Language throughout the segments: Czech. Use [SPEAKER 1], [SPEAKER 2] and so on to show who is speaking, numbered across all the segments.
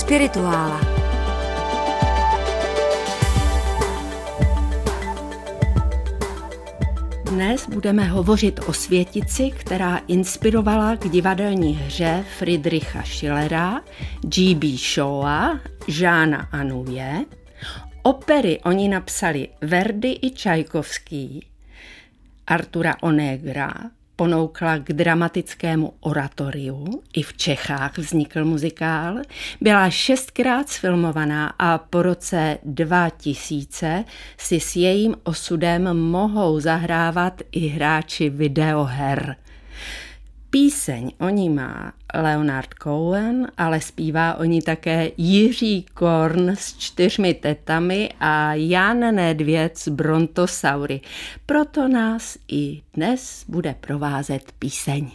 [SPEAKER 1] Spirituála. Dnes budeme hovořit o světici, která inspirovala k divadelní hře Friedricha Schillera, G.B. Shawa, Jeana Anouilhe. Opery oni napsali Verdi i Čajkovský. Artura Onegra ponoukla k dramatickému oratoriu, i v Čechách vznikl muzikál, byla 6krát sfilmovaná a po roce 2000 si s jejím osudem mohou zahrávat i hráči videoher. Píseň o ní má Leonard Cohen, ale zpívá o ní také Jiří Korn s 4 tetami a Jan Nedvěd s brontosaury. Proto nás i dnes bude provázet píseň.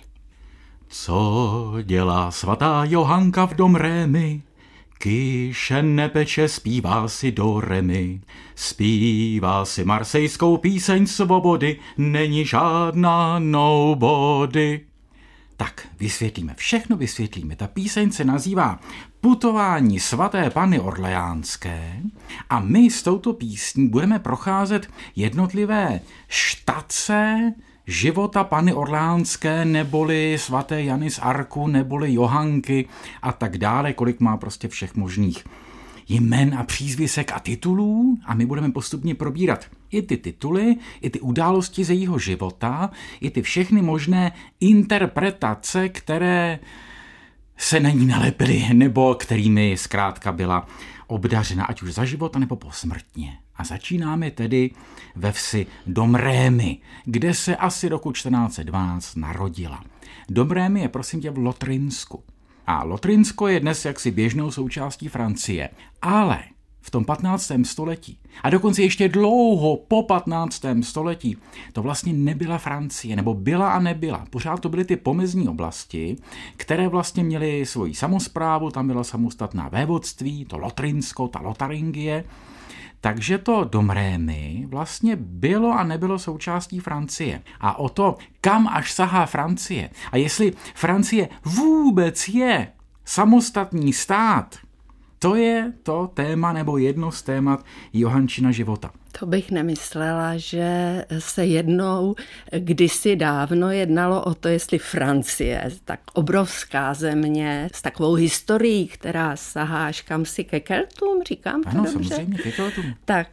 [SPEAKER 2] Co dělá svatá Johanka v Domrémy? Kyše nepeče, zpívá si do remy. Zpívá si marsejskou píseň svobody, není žádná nobody. Tak, vysvětlíme, všechno vysvětlíme. Ta píseň se nazývá Putování svaté Panny Orleánské a my s touto písní budeme procházet jednotlivé štace života Panny Orleánské, neboli svaté Jany z Arku, neboli Johanky a tak dále, kolik má prostě všech možných jmen a přízvisek a titulů a my budeme postupně probírat i ty tituly, i ty události ze jejího života, i ty všechny možné interpretace, které se na ní nalepily, nebo kterými zkrátka byla obdařena, ať už za života, nebo posmrtně. A začínáme tedy ve vsi Domrémy, kde se asi roku 1412 narodila. Domrémy je prosím tě v Lotrinsku. A Lotrinsko je dnes jaksi běžnou součástí Francie, ale v tom 15. století a dokonce ještě dlouho po 15. století to vlastně nebyla Francie, nebo byla a nebyla. Pořád to byly ty pomezní oblasti, které vlastně měly svoji samosprávu, tam byla samostatná vévodství, to Lotrinsko, ta Lotaringie. Takže to Domrémy vlastně bylo a nebylo součástí Francie. A o to, kam až sahá Francie a jestli Francie vůbec je samostatný stát, to je to téma nebo jedno z témat Johančina života.
[SPEAKER 1] To bych nemyslela, že se jednou kdysi dávno jednalo o to, jestli Francie, tak obrovská země, s takovou historií, která sahá až kam si ke Keltům, říkám to
[SPEAKER 2] ano,
[SPEAKER 1] dobře?
[SPEAKER 2] Samozřejmě, ke Keltům.
[SPEAKER 1] Tak,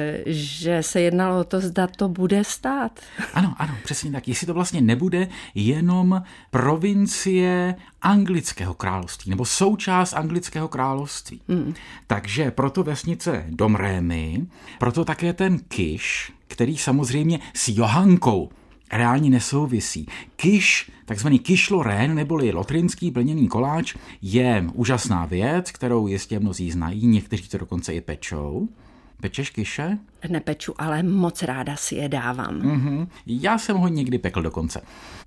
[SPEAKER 1] že se jednalo o to, zda to bude stát.
[SPEAKER 2] Ano, přesně tak. Jestli to vlastně nebude jenom provincie Anglického království, nebo součást Anglického království. Takže proto vesnice Domrémy, proto také ten Kiš, který samozřejmě s Johankou reálně nesouvisí. Kiš, takzvaný Kiš Lorraine, neboli lotrinský plněný koláč, je úžasná věc, kterou jistě mnozí znají, někteří to dokonce i pečou. Pečeš kiše?
[SPEAKER 1] Nepeču, ale moc ráda si je dávám.
[SPEAKER 2] Já jsem ho někdy pekl dokonce.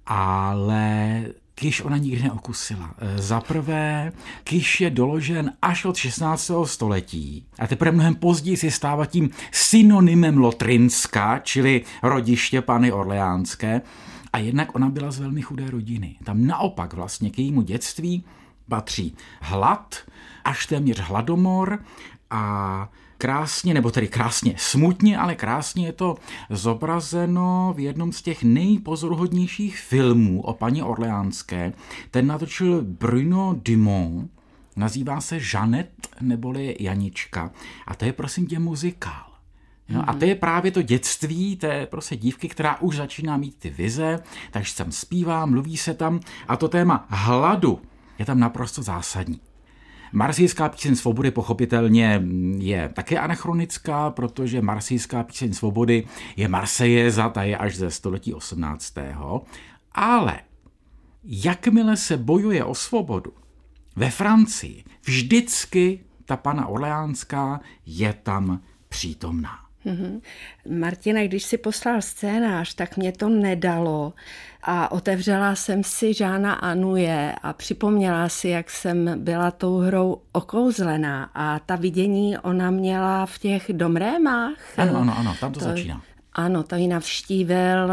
[SPEAKER 2] Ale kiš ona nikdy neokusila. Za prvé, kiš je doložen až od 16. století a teprve mnohem později se stává tím synonymem Lotrinska, čili rodiště Panny Orleánské. A jednak ona byla z velmi chudé rodiny. Tam naopak vlastně k jejímu dětství patří hlad, až téměř hladomor a krásně, nebo tedy krásně, smutně, ale krásně je to zobrazeno v jednom z těch nejpozoruhodnějších filmů o paní Orleánské. Ten natočil Bruno Dumont, nazývá se Jeanette neboli Janička a to je prosím tě muzikál. No, a to je právě to dětství té prostě dívky, která už začíná mít ty vize, takže tam zpívá, mluví se tam a to téma hladu je tam naprosto zásadní. Marsejská píseň svobody pochopitelně je také anachronická, protože marsejská píseň svobody je Marsejeza, ta je až ze století 18. Ale jakmile se bojuje o svobodu ve Francii, vždycky ta Panna Orleánská je tam přítomná.
[SPEAKER 1] Martine, když si poslal scénář, tak mě to nedalo a otevřela jsem si Jeana Anouilhe a připomněla si, jak jsem byla tou hrou okouzlená a ta vidění ona měla v těch Domrémách.
[SPEAKER 2] Ano, tam to začíná.
[SPEAKER 1] Ano, to ji navštívil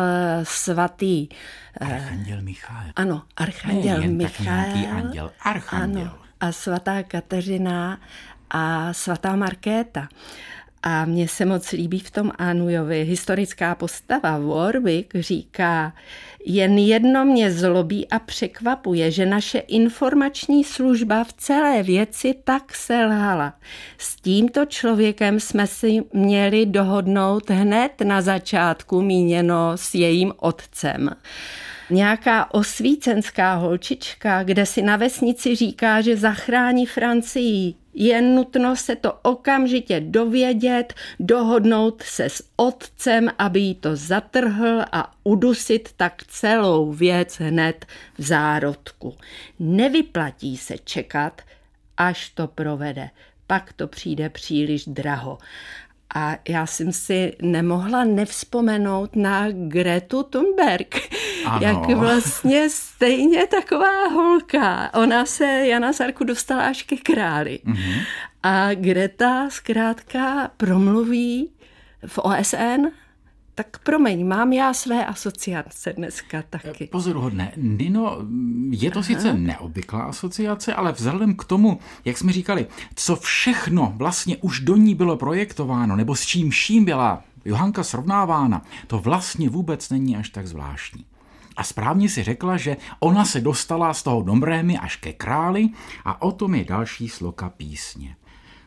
[SPEAKER 1] svatý
[SPEAKER 2] Archanděl Michael.
[SPEAKER 1] Ano, Archanděl
[SPEAKER 2] ne, jen
[SPEAKER 1] Michael.
[SPEAKER 2] Tak nějaký anděl, Archanděl.
[SPEAKER 1] Ano, a svatá Kateřina a svatá Markéta. A mně se moc líbí v tom Anujovi historická postava Warwick říká: jen jedno mě zlobí a překvapuje, že naše informační služba v celé věci tak selhala. S tímto člověkem jsme si měli dohodnout hned na začátku, míněno s jejím otcem. Nějaká osvícenská holčička, kde si na vesnici říká, že zachrání Francii. Je nutno se to okamžitě dovědět, dohodnout se s otcem, aby jí to zatrhl a udusit tak celou věc hned v zárodku. Nevyplatí se čekat, až to provede. Pak to přijde příliš draho. A já jsem si nemohla nevzpomenout na Gretu Thunberg, jak vlastně stejně taková holka. Ona se Jana z Arku dostala až ke králi. Mm-hmm. A Greta zkrátka promluví v OSN. Tak promiň, mám já své asociace dneska taky.
[SPEAKER 2] Pozoruhodné. Nino, je to sice neobvyklá asociace, ale vzhledem k tomu, jak jsme říkali, co všechno vlastně už do ní bylo projektováno, nebo s čím vším byla Johanka srovnávána, to vlastně vůbec není až tak zvláštní. A správně si řekla, že ona se dostala z toho Domrémy až ke králi a o tom je další sloka písně.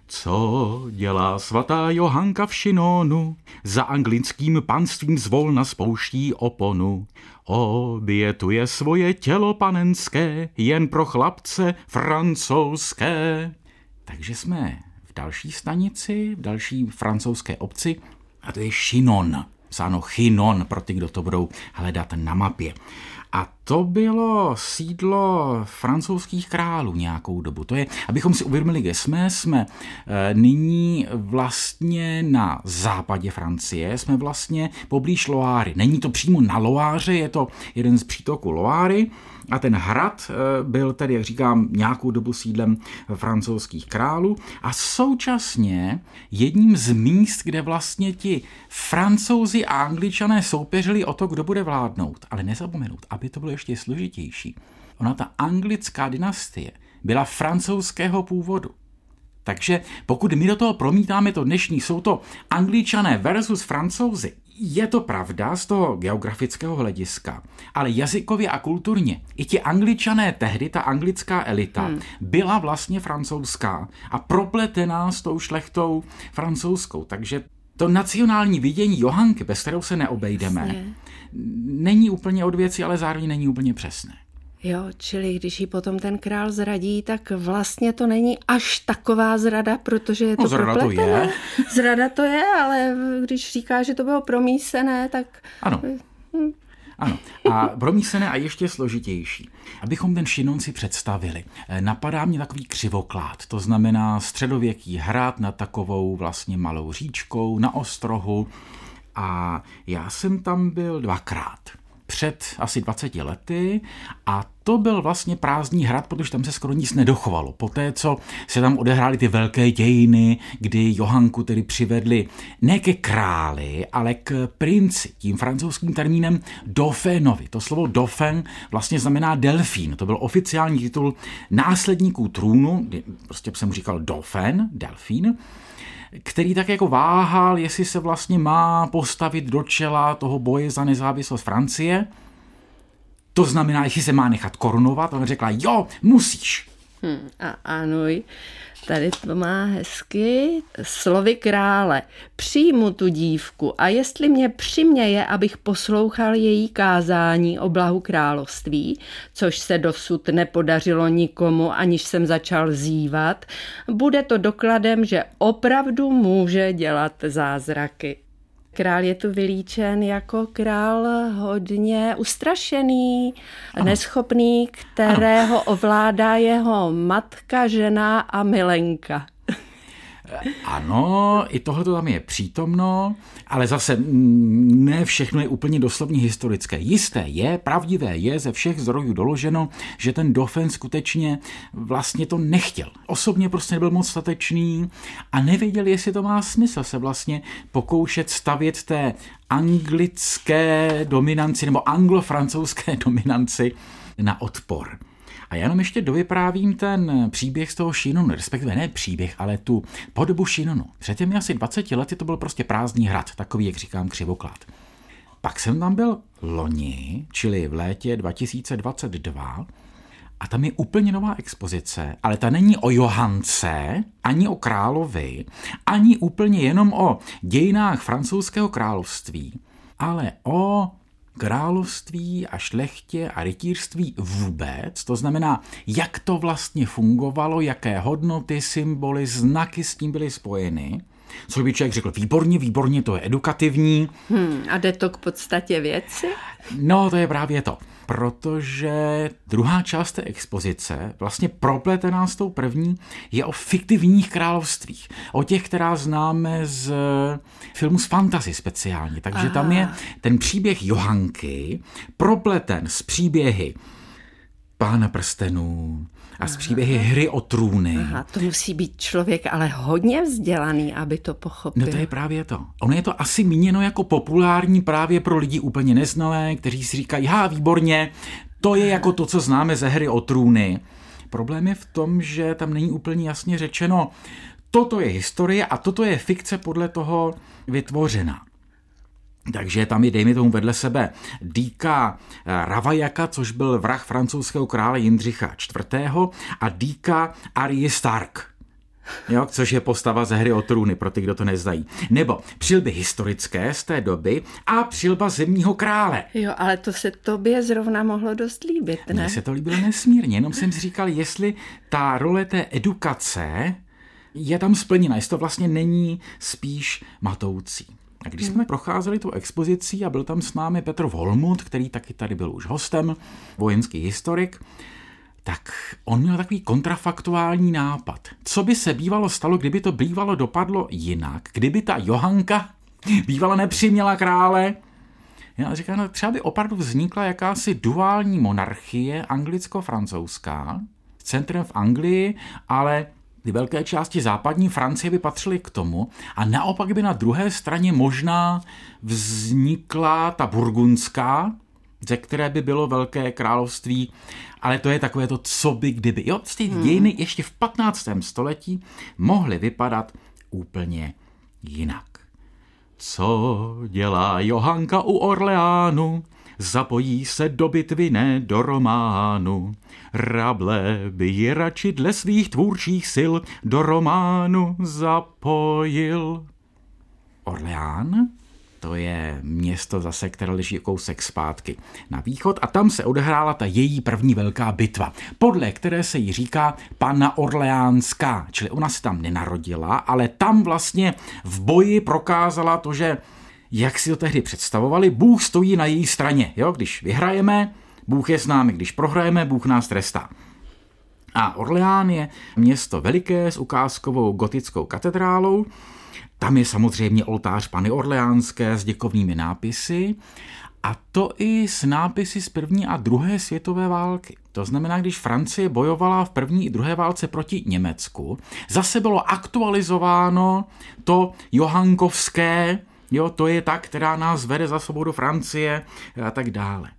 [SPEAKER 2] Co dělá svatá Johanka v Chinonu? Za anglickým panstvím zvolna spouští oponu. Obětuje svoje tělo panenské jen pro chlapce francouzské. Takže jsme v další stanici, v další francouzské obci, a to je Chinon. Psáno Chinon pro ty, kdo to budou hledat na mapě. A to bylo sídlo francouzských králů nějakou dobu. To je, abychom si uvědomili, kde jsme nyní vlastně na západě Francie, jsme vlastně poblíž Loáry. Není to přímo na Loáře, je to jeden z přítoků Loáry a ten hrad byl tedy, jak říkám, nějakou dobu sídlem francouzských králů a současně jedním z míst, kde vlastně ti Francouzi a Angličané soupeřili o to, kdo bude vládnout. Ale nezapomenout, aby to bylo ještě složitější. Ona, ta anglická dynastie, byla francouzského původu. Takže pokud my do toho promítáme to dnešní, jsou to Angličané versus Francouzi, je to pravda z toho geografického hlediska, ale jazykově a kulturně i ti Angličané tehdy, ta anglická elita, byla vlastně francouzská a propletená s tou šlechtou francouzskou. Takže to nacionální vidění Johanky, bez kterou se neobejdeme, není úplně od věci, ale zároveň není úplně přesné.
[SPEAKER 1] Jo, čili když ji potom ten král zradí, tak vlastně to není až taková zrada, protože je to propletené. Zrada to je, ale když říká, že to bylo promísené, tak...
[SPEAKER 2] Ano. Ano, a promísené a ještě složitější. Abychom ten Chinon si představili, napadá mě takový křivoklád, to znamená středověký hrad nad takovou vlastně malou říčkou na ostrohu a já jsem tam byl 2krát. Před asi 20 lety a to byl vlastně prázdný hrad, protože tam se skoro nic nedochovalo. Poté, co se tam odehrály ty velké dějiny, kdy Johanku tedy přivedli ne ke králi, ale k princi, tím francouzským termínem dauphénovi. To slovo dauphin vlastně znamená delfín. To byl oficiální titul následníků trůnu, prostě jsem mu říkal dauphin, delfín, který tak jako váhal, jestli se vlastně má postavit do čela toho boje za nezávislost Francie. To znamená, jestli se má nechat korunovat. On řekla, jo, musíš.
[SPEAKER 1] A Anuj tady to má hezky slovy krále. Přijmu tu dívku a jestli mě přiměje, abych poslouchal její kázání o blahu království, což se dosud nepodařilo nikomu, aniž jsem začal zívat, bude to dokladem, že opravdu může dělat zázraky. Král je tu vylíčen jako král hodně ustrašený, neschopný, kterého ovládá jeho matka, žena a milenka.
[SPEAKER 2] Ano, i tohleto tam je přítomno, ale zase ne všechno je úplně doslovně historické. Jisté je, pravdivé je, ze všech zdrojů doloženo, že ten dauphin skutečně vlastně to nechtěl. Osobně prostě nebyl moc statečný a nevěděl, jestli to má smysl se vlastně pokoušet stavět té anglické dominanci nebo anglo-francouzské dominanci na odpor. A já jenom ještě dovyprávím ten příběh z toho Chignonu, respektive ne příběh, ale tu podobu Chignonu. Před těmi asi 20 lety to byl prostě prázdný hrad, takový, jak říkám, křivoklát. Pak jsem tam byl loni, čili v létě 2022, a tam je úplně nová expozice, ale ta není o Johance, ani o královi, ani úplně jenom o dějinách francouzského království, ale o království a šlechtě a rytířství vůbec, to znamená, jak to vlastně fungovalo, jaké hodnoty, symboly, znaky s tím byly spojeny. Co by člověk řekl, výborně, to je edukativní.
[SPEAKER 1] A jde to k podstatě věci?
[SPEAKER 2] No, to je právě to. Protože druhá část té expozice, vlastně propletená s tou první, je o fiktivních královstvích. O těch, která známe z filmu z fantasy speciálně. Takže tam je ten příběh Johanky propleten s příběhy Pána prstenů a z příběhy Hry o trůny.
[SPEAKER 1] To musí být člověk ale hodně vzdělaný, aby to pochopil.
[SPEAKER 2] No to je právě to. Ono je to asi míněno jako populární právě pro lidi úplně neznalé, kteří si říkají, výborně, to je jako to, co známe ze Hry o trůny. Problém je v tom, že tam není úplně jasně řečeno, toto je historie a toto je fikce podle toho vytvořena. Takže tam je, dejme tomu vedle sebe, Díka Ravajaka, což byl vrah francouzského krále Jindřicha IV. A Díka Arya Stark, což je postava ze Hry o trůny, pro ty, kdo to neznají. Nebo přilby historické z té doby a přilba Zimního krále.
[SPEAKER 1] Jo, ale to se tobě zrovna mohlo dost líbit, ne?
[SPEAKER 2] Mně se to líbilo nesmírně, jenom jsem si říkal, jestli ta role té edukace je tam splněna, jestli to vlastně není spíš matoucí. A když jsme procházeli tu expozicí a byl tam s námi Petr Volmut, který taky tady byl už hostem, vojenský historik, tak on měl takový kontrafaktuální nápad. Co by se bývalo stalo, kdyby to bývalo dopadlo jinak? Kdyby ta Johanka bývala nepřiměla krále? Já říkám, třeba by opravdu vznikla jakási duální monarchie anglicko-francouzská, s centrem v Anglii, ale ty velké části západní Francie by patřily k tomu a naopak by na druhé straně možná vznikla ta burgundská, ze které by bylo velké království, ale to je takové to, co by kdyby. Ty dějiny ještě v 15. století mohly vypadat úplně jinak. Co dělá Johanka u Orleánu? Zapojí se do bitvy, ne do románu. Rabelais by ji radši dle svých tvůrčích sil do románu zapojil. Orleán, to je město zase, které leží kousek zpátky na východ a tam se odehrála ta její první velká bitva, podle které se jí říká Panna Orleánská, čili ona se tam nenarodila, ale tam vlastně v boji prokázala to, že jak si to tehdy představovali, Bůh stojí na její straně. Když vyhrajeme, Bůh je s námi, když prohrajeme, Bůh nás trestá. A Orleán je město veliké s ukázkovou gotickou katedrálou. Tam je samozřejmě oltář Panny Orleánské s děkovnými nápisy a to i s nápisy z první a druhé světové války. To znamená, když Francie bojovala v první i druhé válce proti Německu, zase bylo aktualizováno to johankovské, to je ta, která nás vede za svobodu Francie a tak dále.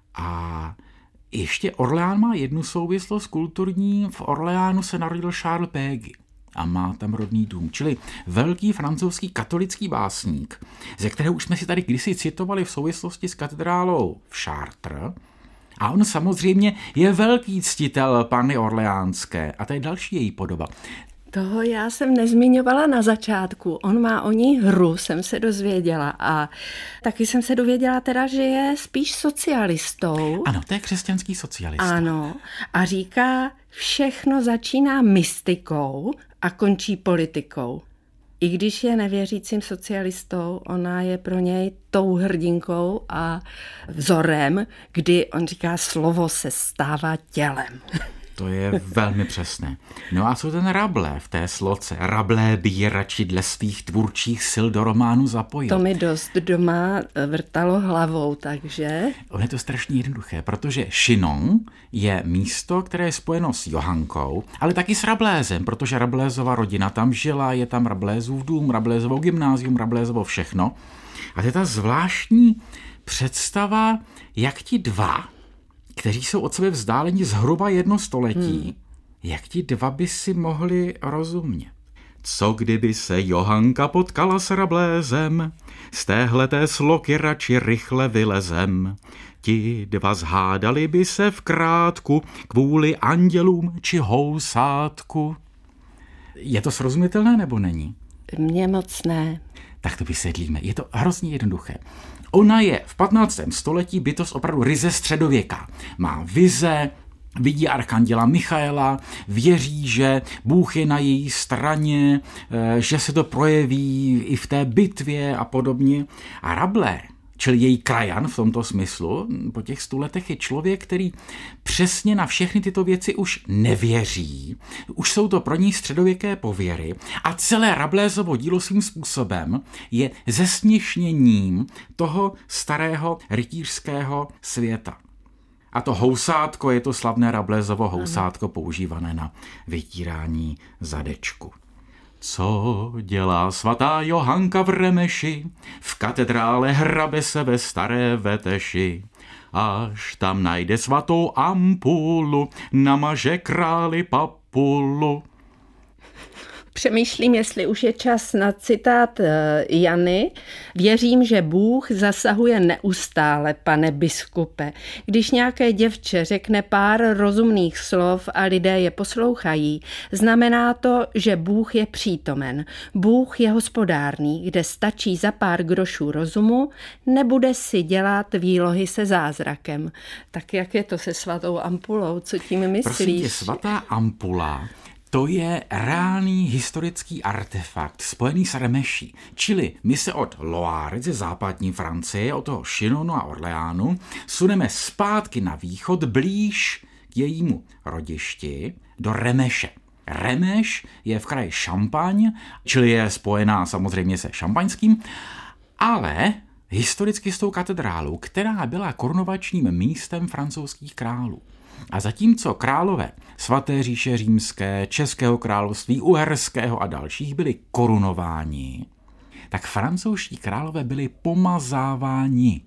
[SPEAKER 2] A ještě Orleán má jednu souvislost kulturní. V Orleánu se narodil Charles Péguy a má tam rodný dům, čili velký francouzský katolický básník, ze kterého už jsme si tady kdysi citovali v souvislosti s katedrálou v Chartres. A on samozřejmě je velký ctitel Panny Orleánské a to je další její podoba.
[SPEAKER 1] Toho já jsem nezmiňovala na začátku. On má o ní hru, jsem se dozvěděla. A taky jsem se dověděla teda, že je spíš socialistou.
[SPEAKER 2] Ano, to je křesťanský socialista.
[SPEAKER 1] Ano. A říká, všechno začíná mystikou a končí politikou. I když je nevěřícím socialistou, ona je pro něj tou hrdinkou a vzorem, kdy on říká, slovo se stává tělem.
[SPEAKER 2] To je velmi přesné. No a co ten Rabelais v té sloce? Rabelais by ji radši dle svých tvůrčích sil do románu zapojil.
[SPEAKER 1] To mi dost doma vrtalo hlavou, takže...
[SPEAKER 2] Ono je to strašně jednoduché, protože Chinon je místo, které je spojeno s Johankou, ale taky s Rabelaisem, protože Rabelaisova rodina tam žila, je tam Rabelaisův dům, Rabelaisovo gymnázium, Rabelaisovo všechno. A to je ta zvláštní představa, jak ti dva, kteří jsou od sebe vzdáleni zhruba 1 století. Jak ti dva by si mohli rozumět? Co kdyby se Johanka potkala s Rablézem, z téhleté sloky radši rychle vylezem. Ti dva zhádali by se v krátku kvůli andělům či housátku. Je to srozumitelné nebo není?
[SPEAKER 1] Mně moc ne.
[SPEAKER 2] Tak to vysvětlíme. Je to hrozně jednoduché. Ona je v 15. století bytost opravdu ryze středověká. Má vize, vidí archanděla Michaela, věří, že Bůh je na její straně, že se to projeví i v té bitvě a podobně. A Rabelais, čili její krajan v tomto smyslu, po těch 100 letech je člověk, který přesně na všechny tyto věci už nevěří. Už jsou to pro ní středověké pověry a celé Rabelaisovo dílo svým způsobem je zesměšněním toho starého rytířského světa. A to housátko je to slavné Rabelaisovo housátko používané na vytírání zadečku. Co dělá svatá Johanka v Remeši? V katedrále hrabe se ve staré veteši. Až tam najde svatou ampulu, namaže králi papulu.
[SPEAKER 1] Přemýšlím, jestli už je čas na citát Jany. Věřím, že Bůh zasahuje neustále, pane biskupe. Když nějaké děvče řekne pár rozumných slov a lidé je poslouchají, znamená to, že Bůh je přítomen. Bůh je hospodárný, kde stačí za pár grošů rozumu, nebude si dělat výlohy se zázrakem. Tak jak je to se svatou ampulou? Co tím myslíš?
[SPEAKER 2] Prosím tě, svatá ampula, to je reálný historický artefakt spojený s Remeší. Čili my se od Loire ze západní Francie, od toho Chinonu a Orléánu, suneme zpátky na východ blíž k jejímu rodišti do Remeše. Remeš je v kraji Champagne, čili je spojená samozřejmě se šampaňským, ale historicky s tou katedrálou, která byla korunovačním místem francouzských králů. A zatímco králové Svaté říše římské, Českého království, Uherského a dalších byli korunováni, tak francouzští králové byli pomazáváni.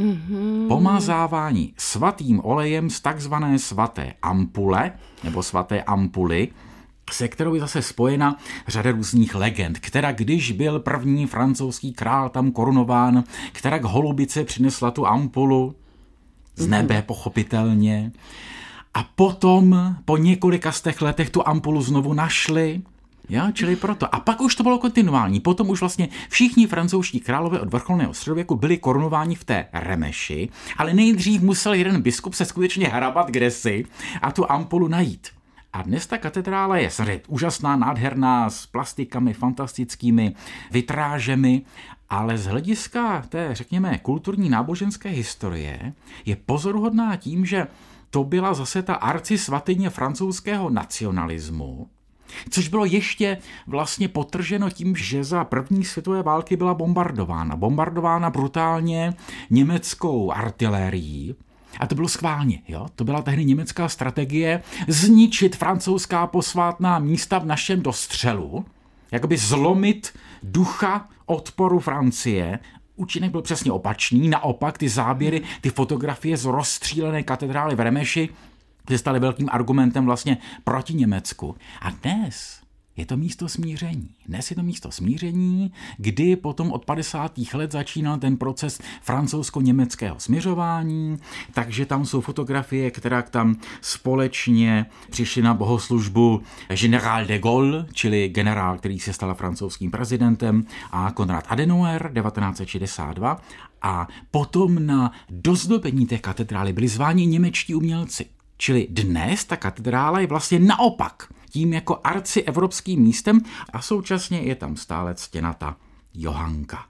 [SPEAKER 2] Pomazáváni svatým olejem z takzvané svaté ampule, nebo svaté ampuly, se kterou je zase spojena řada různých legend, která když byl první francouzský král tam korunován, která k holubice přinesla tu ampulu z nebe pochopitelně. A potom po několika z těch letech tu ampulu znovu našli, čili proto. A pak už to bylo kontinuální. Potom už vlastně všichni francouzští králové od vrcholného středověku byli korunováni v té Remeši, ale nejdřív musel jeden biskup se skutečně hrabat kdesi a tu ampulu najít. A dnes ta katedrála je samozřejmě úžasná, nádherná, s plastikami, fantastickými vitrážemi, ale z hlediska té, řekněme, kulturní náboženské historie je pozoruhodná tím, že to byla zase ta arcisvatyně francouzského nacionalismu, což bylo ještě vlastně podtrženo tím, že za první světové války byla bombardována brutálně německou artilérií. A to bylo schválně, to byla tehdy německá strategie zničit francouzská posvátná místa v našem dostřelu, jakoby zlomit ducha odporu Francie. Účinek byl přesně opačný, naopak ty záběry, ty fotografie z rozstřílené katedrály v Remeši se staly velkým argumentem vlastně proti Německu. A dnes je to místo smíření. Dnes je to místo smíření, kdy potom od 50. let začínal ten proces francouzsko-německého směřování, takže tam jsou fotografie, která tam společně přišli na bohoslužbu General de Gaulle, čili generál, který se stal francouzským prezidentem, a Konrad Adenauer 1962. A potom na dozdobení té katedrály byli zváni němečtí umělci. Čili dnes ta katedrála je vlastně naopak tím jako arcievropským místem a současně je tam stále ctěnata Johanka.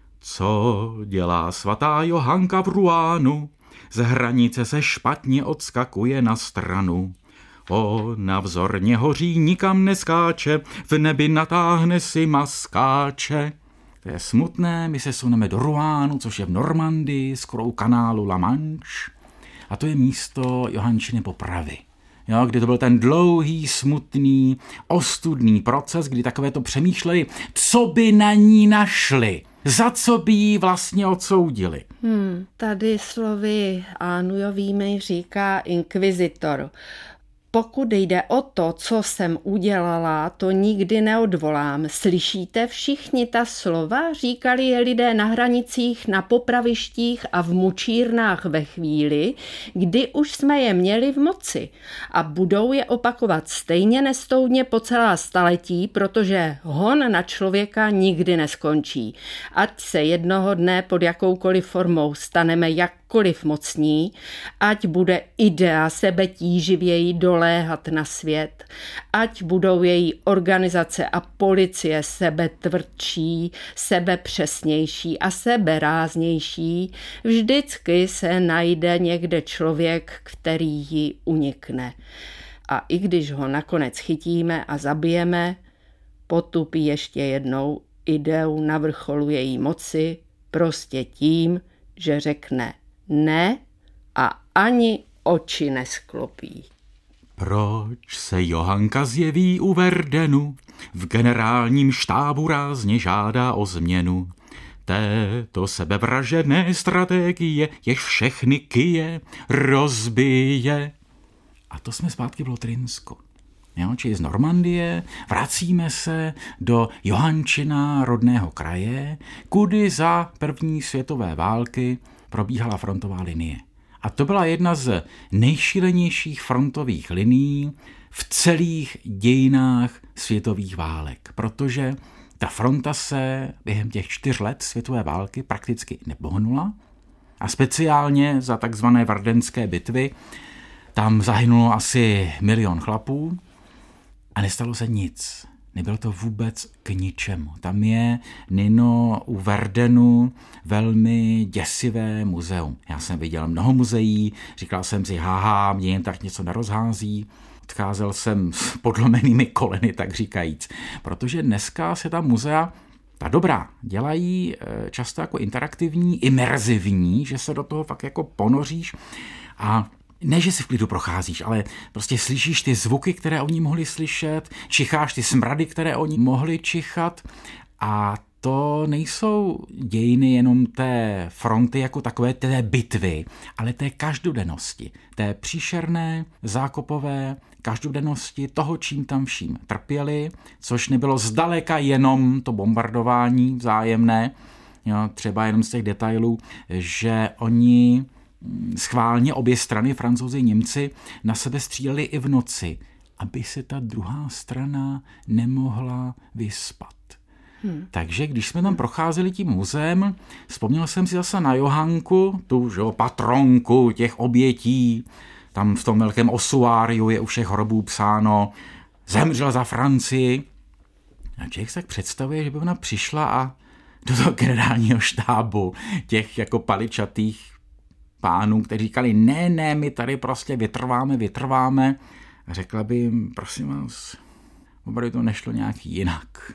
[SPEAKER 2] Co dělá svatá Johanka v Rouen? Z hranice se špatně odskakuje na stranu. Ona vzorně hoří, nikam neskáče, v nebi natáhne si maskáče. To je smutné, my se suneme do Rounu, což je v Normandii, skoro u kanálu La Manche. A to je místo Johančiny popravy. Kdy to byl ten dlouhý, smutný, ostudný proces, kdy takové to přemýšleli, co by na ní našli. za co by ji vlastně odsoudili.
[SPEAKER 1] Tady slovy Anujovými říká inkvizitor. Pokud jde o to, co jsem udělala, to nikdy neodvolám. Slyšíte všichni ta slova? Říkali je lidé na hranicích, na popravištích a v mučírnách ve chvíli, kdy už jsme je měli v moci. A budou je opakovat stejně nestoudně po celá staletí, protože hon na člověka nikdy neskončí. Ať se jednoho dne pod jakoukoliv formou staneme jakkoliv mocní, ať bude idea sebetíživěji doléhat na svět, ať budou její organizace a policie sebetvrdší, sebepřesnější a seberáznější, vždycky se najde někde člověk, který ji unikne. A i když ho nakonec chytíme a zabijeme, potupí ještě jednou ideu na vrcholu její moci, prostě tím, že řekne ne a ani oči nesklopí.
[SPEAKER 2] Proč se Johanka zjeví u Verdenu? V generálním štábu rázně žádá o změnu této sebevražené strategie, jež všechny kyje rozbije. A to jsme zpátky v Lotrinsku. Jo, či z Normandie vracíme se do Johančina rodného kraje, kudy za první světové války probíhala frontová linie. A to byla jedna z nejšílenějších frontových linií v celých dějinách světových válek, protože ta fronta se během těch 4 let světové války prakticky nepohnula a speciálně za takzvané Vardenské bitvy tam zahynulo asi 1 milion chlapů a nestalo se nic. Nebylo to vůbec k ničemu. Tam je, Nino, u Verdenu velmi děsivé muzeum. Já jsem viděl mnoho muzeí, říkal jsem si, haha, mě jen tak něco nerozhází. Odcházel jsem s podlomenými koleny, tak říkajíc. Protože dneska se ta muzea, ta dobrá, dělají často jako interaktivní, imerzivní, že se do toho fakt jako ponoříš a ne, že si v klidu procházíš, ale prostě slyšíš ty zvuky, které oni mohli slyšet, čicháš ty smrady, které oni mohli čichat a to nejsou dějiny jenom té fronty jako takové té bitvy, ale té každodennosti, té příšerné, zákopové každodennosti toho, čím tam vším trpěli, což nebylo zdaleka jenom to bombardování vzájemné, jo, třeba jenom z těch detailů, že oni schválně obě strany, Francouzi i Němci, na sebe stříleli i v noci, aby se ta druhá strana nemohla vyspat. Takže když jsme tam procházeli tím muzeem, vzpomněl jsem si zase na Johanku, tu patronku těch obětí, tam v tom velkém osuáriu je u všech hrobů psáno, zemřel za Francii. A člověk se tak představuje, že by ona přišla a do toho generálního štábu těch jako paličatých pánů, kteří říkali, ne, my tady prostě vytrváme. A řekla by jim, prosím vás, opravdu to nešlo nějak jinak.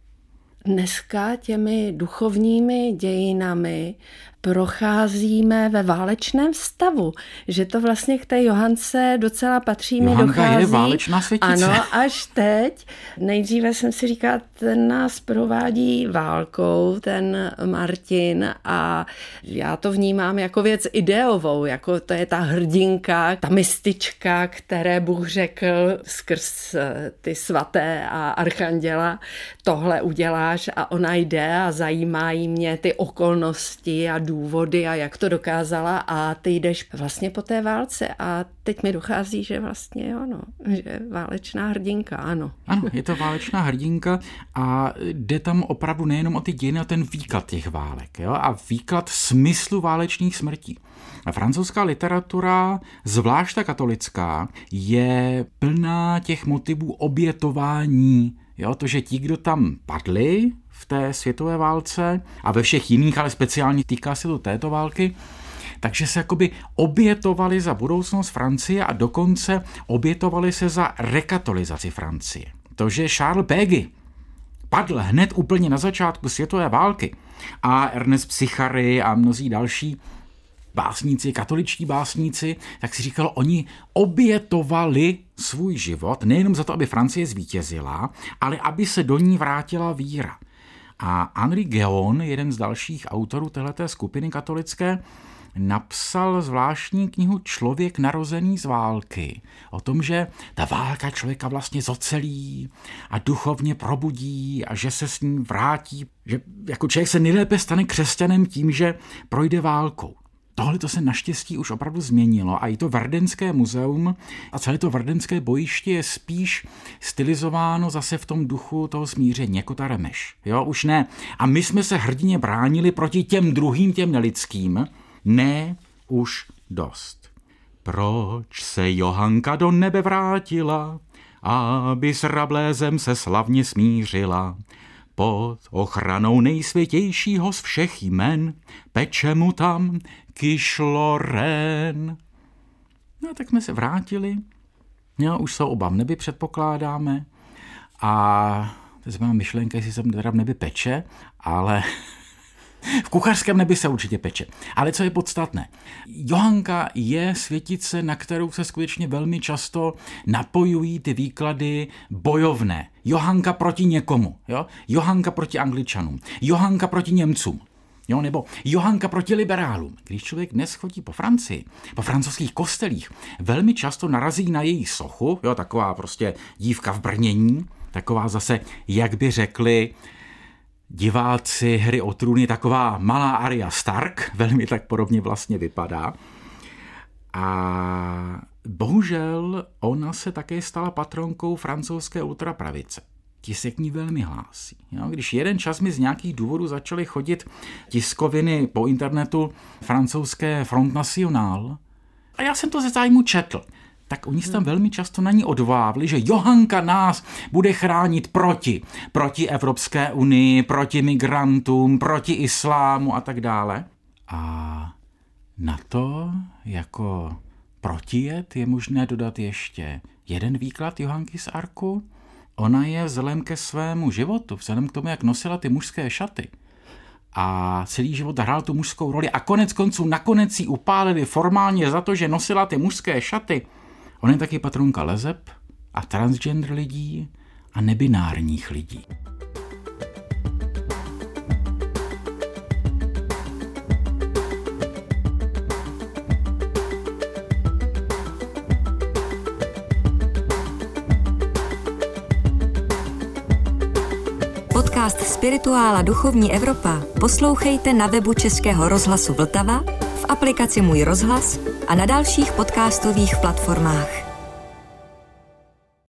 [SPEAKER 1] Dneska těmi duchovními dějinami procházíme ve válečném stavu, že to vlastně k té Johance docela patří, mi dochází.
[SPEAKER 2] Johanka je válečná světice.
[SPEAKER 1] Ano, až teď. Nejdříve jsem si říkala, ten nás provádí válkou, ten Martin, a já to vnímám jako věc ideovou, jako to je ta hrdinka, ta mistička, které Bůh řekl skrz ty svaté a archanděla, tohle uděláš a ona jde a zajímají mě ty okolnosti a důvody a jak to dokázala a ty jdeš vlastně po té válce a teď mi dochází, že vlastně jo, no, že válečná hrdinka, ano.
[SPEAKER 2] Ano, je to válečná hrdinka a jde tam opravdu nejenom o ty dějiny, a ten výklad těch válek, jo, a výklad smyslu válečných smrtí. A francouzská literatura, zvlášť ta katolická, je plná těch motivů obětování, jo, to, že ti, kdo tam padli v té světové válce a ve všech jiných, ale speciálně týká se to této války, takže se jakoby obětovali za budoucnost Francie a dokonce obětovali se za rekatolizaci Francie. To, že Charles Péguy padl hned úplně na začátku světové války a Ernest Psychary a mnozí další básníci, katoličtí básníci, tak si říkalo, oni obětovali svůj život nejenom za to, aby Francie zvítězila, ale aby se do ní vrátila víra. A Henri Guéon, jeden z dalších autorů téhleté skupiny katolické, napsal zvláštní knihu Člověk narozený z války. O tom, že ta válka člověka vlastně zocelí a duchovně probudí a že se s ním vrátí, že jako člověk se nejlépe stane křesťanem tím, že projde válkou. Tohle to se naštěstí už opravdu změnilo a i to Verdenské muzeum a celé to Verdenské bojiště je spíš stylizováno zase v tom duchu toho smíření, jako ta remeš. Jo, už ne. A my jsme se hrdinně bránili proti těm druhým, těm nelidským. Ne, už dost. Proč se Johanka do nebe vrátila, aby s Rablézem se slavně smířila? Pod ochranou nejsvětějšího z všech jmen peče mu tam kyšloren. No tak jsme se vrátili, jo, už jsou oba v nebi, předpokládáme. A teď mám myšlenka, jestli jsem teda v nebi peče, ale v kuchařském nebi se určitě peče. Ale co je podstatné? Johanka je světice, na kterou se skutečně velmi často napojují ty výklady bojovné. Johanka proti někomu, jo? Johanka proti Angličanům, Johanka proti Němcům, jo? Nebo Johanka proti liberálům. Když člověk dnes chodí po Francii, po francouzských kostelích, velmi často narazí na její sochu, jo? Taková prostě dívka v brnění, taková zase, jak by řekli diváci Hry o trůny, taková malá Arya Stark, velmi tak podobně vlastně vypadá. A bohužel ona se také stala patronkou francouzské ultrapravice. Ti se k ní velmi hlásí. Jo? Když jeden čas mi z nějakých důvodů začaly chodit tiskoviny po internetu francouzské Front National a já jsem to ze zájmu četl, tak oni se tam velmi často na ní odvávli, že Johanka nás bude chránit proti Evropské unii, proti migrantům, proti islámu a tak dále. A na to jako protijed je možné dodat ještě jeden výklad Johanky z Arku. Ona je vzhledem ke svému životu, vzhledem k tomu, jak nosila ty mužské šaty a celý život hrál tu mužskou roli a konec konců nakonec ji upálili formálně za to, že nosila ty mužské šaty. Ona je taky patronka leseb a transgender lidí a nebinárních lidí.
[SPEAKER 3] Podcast Spirituála Duchovní Evropa poslouchejte na webu Českého rozhlasu Vltava, v aplikaci Můj rozhlas a na dalších podcastových platformách.